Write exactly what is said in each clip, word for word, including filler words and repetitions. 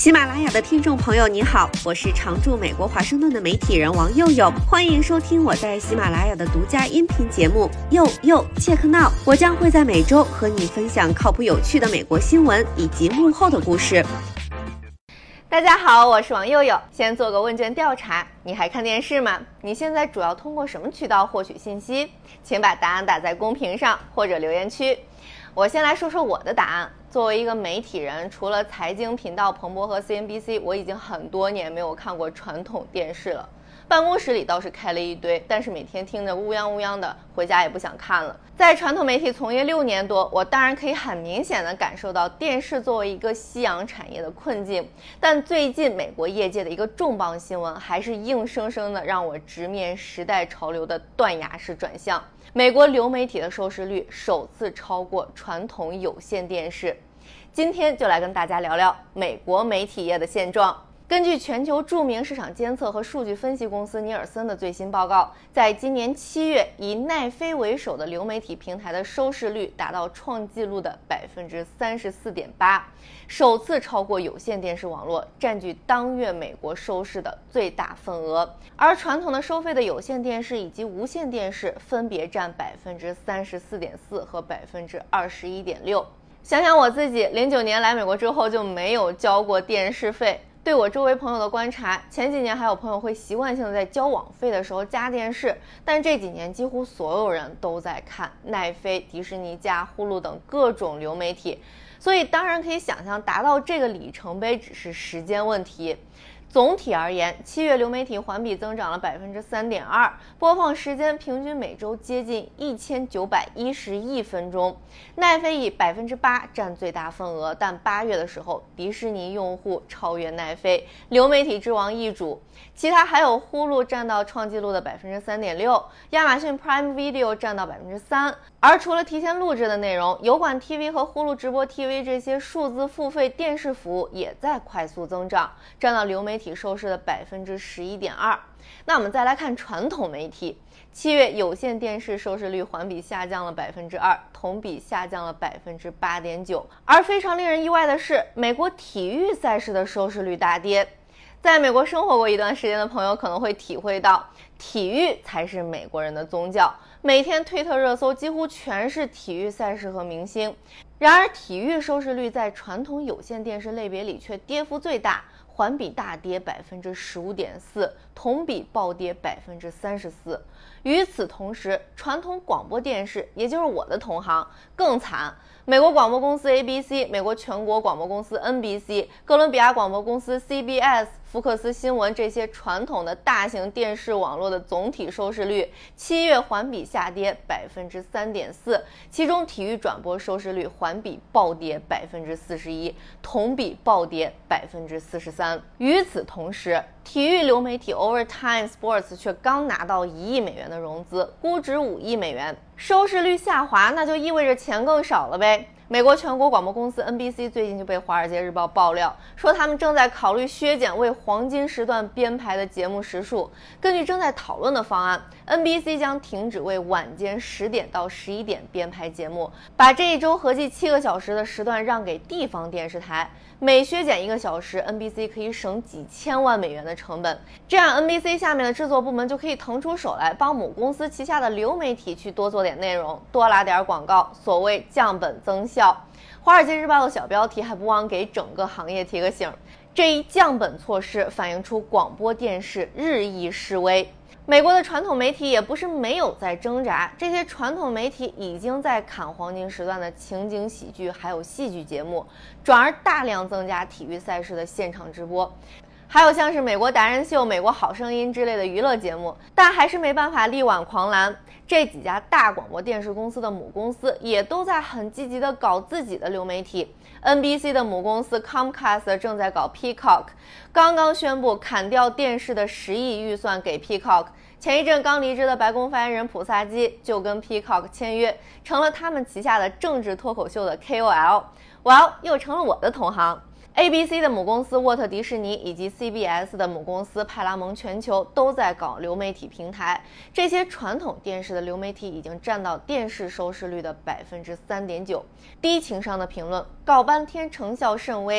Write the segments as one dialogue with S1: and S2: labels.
S1: 喜马拉雅的听众朋友你好，我是常驻美国华盛顿的媒体人王佑佑，欢迎收听我在喜马拉雅的独家音频节目佑佑切克闹。我将会在每周和你分享靠谱有趣的美国新闻以及幕后的故事。
S2: 大家好，我是王佑佑。先做个问卷调查，你还看电视吗？你现在主要通过什么渠道获取信息？请把答案打在公屏上或者留言区。我先来说说我的答案。作为一个媒体人，除了财经频道彭博和 C N B C， 我已经很多年没有看过传统电视了。办公室里倒是开了一堆，但是每天听着乌泱乌泱的，回家也不想看了。在传统媒体从业六年多，我当然可以很明显地感受到电视作为一个夕阳产业的困境。但最近美国业界的一个重磅新闻，还是硬生生地让我直面时代潮流的断崖式转向。美国流媒体的收视率首次超过传统有线电视。今天就来跟大家聊聊美国媒体业的现状。根据全球著名市场监测和数据分析公司尼尔森的最新报告，在今年七月，以奈飞为首的流媒体平台的收视率达到创纪录的 百分之三十四点八， 首次超过有线电视网络，占据当月美国收视的最大份额。而传统的收费的有线电视以及无线电视分别占 百分之三十四点四 和 百分之二十一点六。想想我自己零九年来美国之后就没有交过电视费。对我周围朋友的观察，前几年还有朋友会习惯性的在交网费的时候加电视，但这几年几乎所有人都在看奈飞、迪士尼加呼噜等各种流媒体，所以当然可以想象达到这个里程碑只是时间问题。总体而言，七月流媒体环比增长了 百分之三点二， 播放时间平均每周接近一千九百一十亿分钟。奈飞以 百分之八 占最大份额，但八月的时候，迪士尼用户超越奈飞，流媒体之王易主。其他还有呼噜占到创纪录的 百分之三点六， 亚马逊 Prime Video 占到 百分之三。 而除了提前录制的内容，油管 T V 和呼噜直播 T V 这些数字付费电视服务也在快速增长，占到流媒体收视的 百分之十一点二。 那我们再来看传统媒体，七月有线电视收视率环比下降了 百分之二， 同比下降了 百分之八点九。 而非常令人意外的是，美国体育赛事的收视率大跌。在美国生活过一段时间的朋友可能会体会到，体育才是美国人的宗教，每天推特热搜几乎全是体育赛事和明星。然而体育收视率在传统有线电视类别里却跌幅最大，环比大跌 百分之十五点四， 同比暴跌 百分之三十四。 与此同时，传统广播电视，也就是我的同行更惨。美国广播公司 A B C、 美国全国广播公司 N B C、 哥伦比亚广播公司 C B S、 福克斯新闻这些传统的大型电视网络的总体收视率七月环比下跌 百分之三点四， 其中体育转播收视率环比暴跌 百分之四十一， 同比暴跌 百分之四十三。 与此同时，体育流媒体 Overtime Sports 却刚拿到一亿美元的融资，估值五亿美元，收视率下滑，那就意味着钱更少了呗。美国全国广播公司 N B C 最近就被《华尔街日报》爆料，说他们正在考虑削减为黄金时段编排的节目时数。根据正在讨论的方案， N B C 将停止为晚间十点到十一点编排节目，把这一周合计七个小时的时段让给地方电视台。每削减一个小时， N B C 可以省几千万美元的成本，这样 N B C 下面的制作部门就可以腾出手来帮母公司旗下的流媒体去多做点内容，多拉点广告，所谓降本增效。华尔街日报的小标题还不忘给整个行业提个醒，这一降本措施反映出广播电视日益式微。美国的传统媒体也不是没有在挣扎，这些传统媒体已经在砍黄金时段的情景喜剧还有戏剧节目，转而大量增加体育赛事的现场直播，还有像是美国达人秀、美国好声音之类的娱乐节目，但还是没办法力挽狂澜。这几家大广播电视公司的母公司也都在很积极地搞自己的流媒体。N B C 的母公司 Comcast 正在搞 Peacock， 刚刚宣布砍掉电视的十亿预算给 Peacock。前一阵刚离职的白宫发言人普萨基就跟 Peacock 签约，成了他们旗下的政治脱口秀的 K O L， 哇，又成了我的同行。A B C 的母公司沃特迪士尼以及 C B S 的母公司派拉蒙全球都在搞流媒体平台，这些传统电视的流媒体已经占到电视收视率的 百分之三点九。低情商的评论，搞半天成效甚微，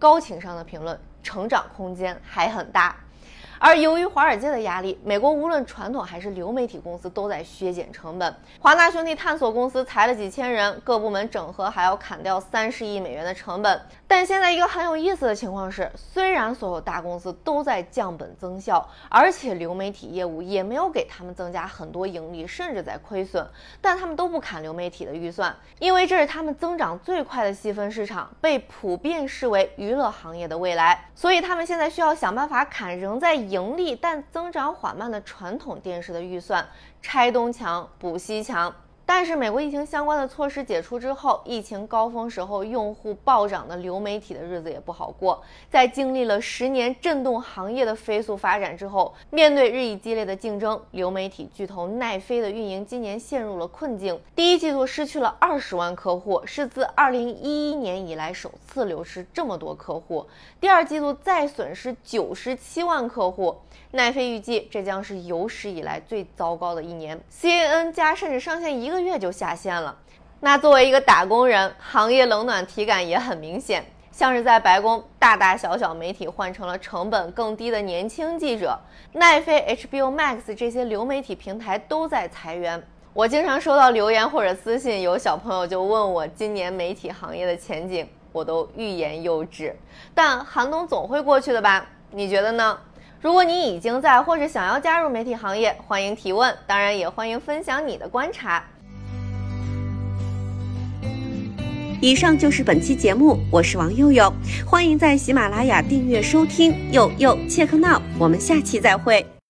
S2: 高情商的评论，成长空间还很大。而由于华尔街的压力，美国无论传统还是流媒体公司都在削减成本。华纳兄弟探索公司裁了几千人，各部门整合还要砍掉三十亿美元的成本。但现在一个很有意思的情况是，虽然所有大公司都在降本增效，而且流媒体业务也没有给他们增加很多盈利，甚至在亏损，但他们都不砍流媒体的预算，因为这是他们增长最快的细分市场，被普遍视为娱乐行业的未来。所以他们现在需要想办法砍仍在盈利但增长缓慢的传统电视的预算，拆东墙补西墙。但是美国疫情相关的措施解除之后，疫情高峰时候用户暴涨的流媒体的日子也不好过。在经历了十年震动行业的飞速发展之后，面对日益激烈的竞争，流媒体巨头奈飞的运营今年陷入了困境。第一季度失去了二十万客户，是自二零一一年以来首次流失这么多客户。第二季度再损失九十七万客户。奈飞预计这将是有史以来最糟糕的一年。C N N 加甚至上线一个月就下线了。那作为一个打工人，行业冷暖体感也很明显。像是在白宫，大大小小媒体换成了成本更低的年轻记者，奈飞、H B O Max 这些流媒体平台都在裁员。我经常收到留言或者私信，有小朋友就问我今年媒体行业的前景，我都欲言又止。但寒冬总会过去的吧？你觉得呢？如果你已经在或者想要加入媒体行业，欢迎提问，当然也欢迎分享你的观察。
S1: 以上就是本期节目，我是王佑佑，欢迎在喜马拉雅订阅收听佑佑切克闹，我们下期再会。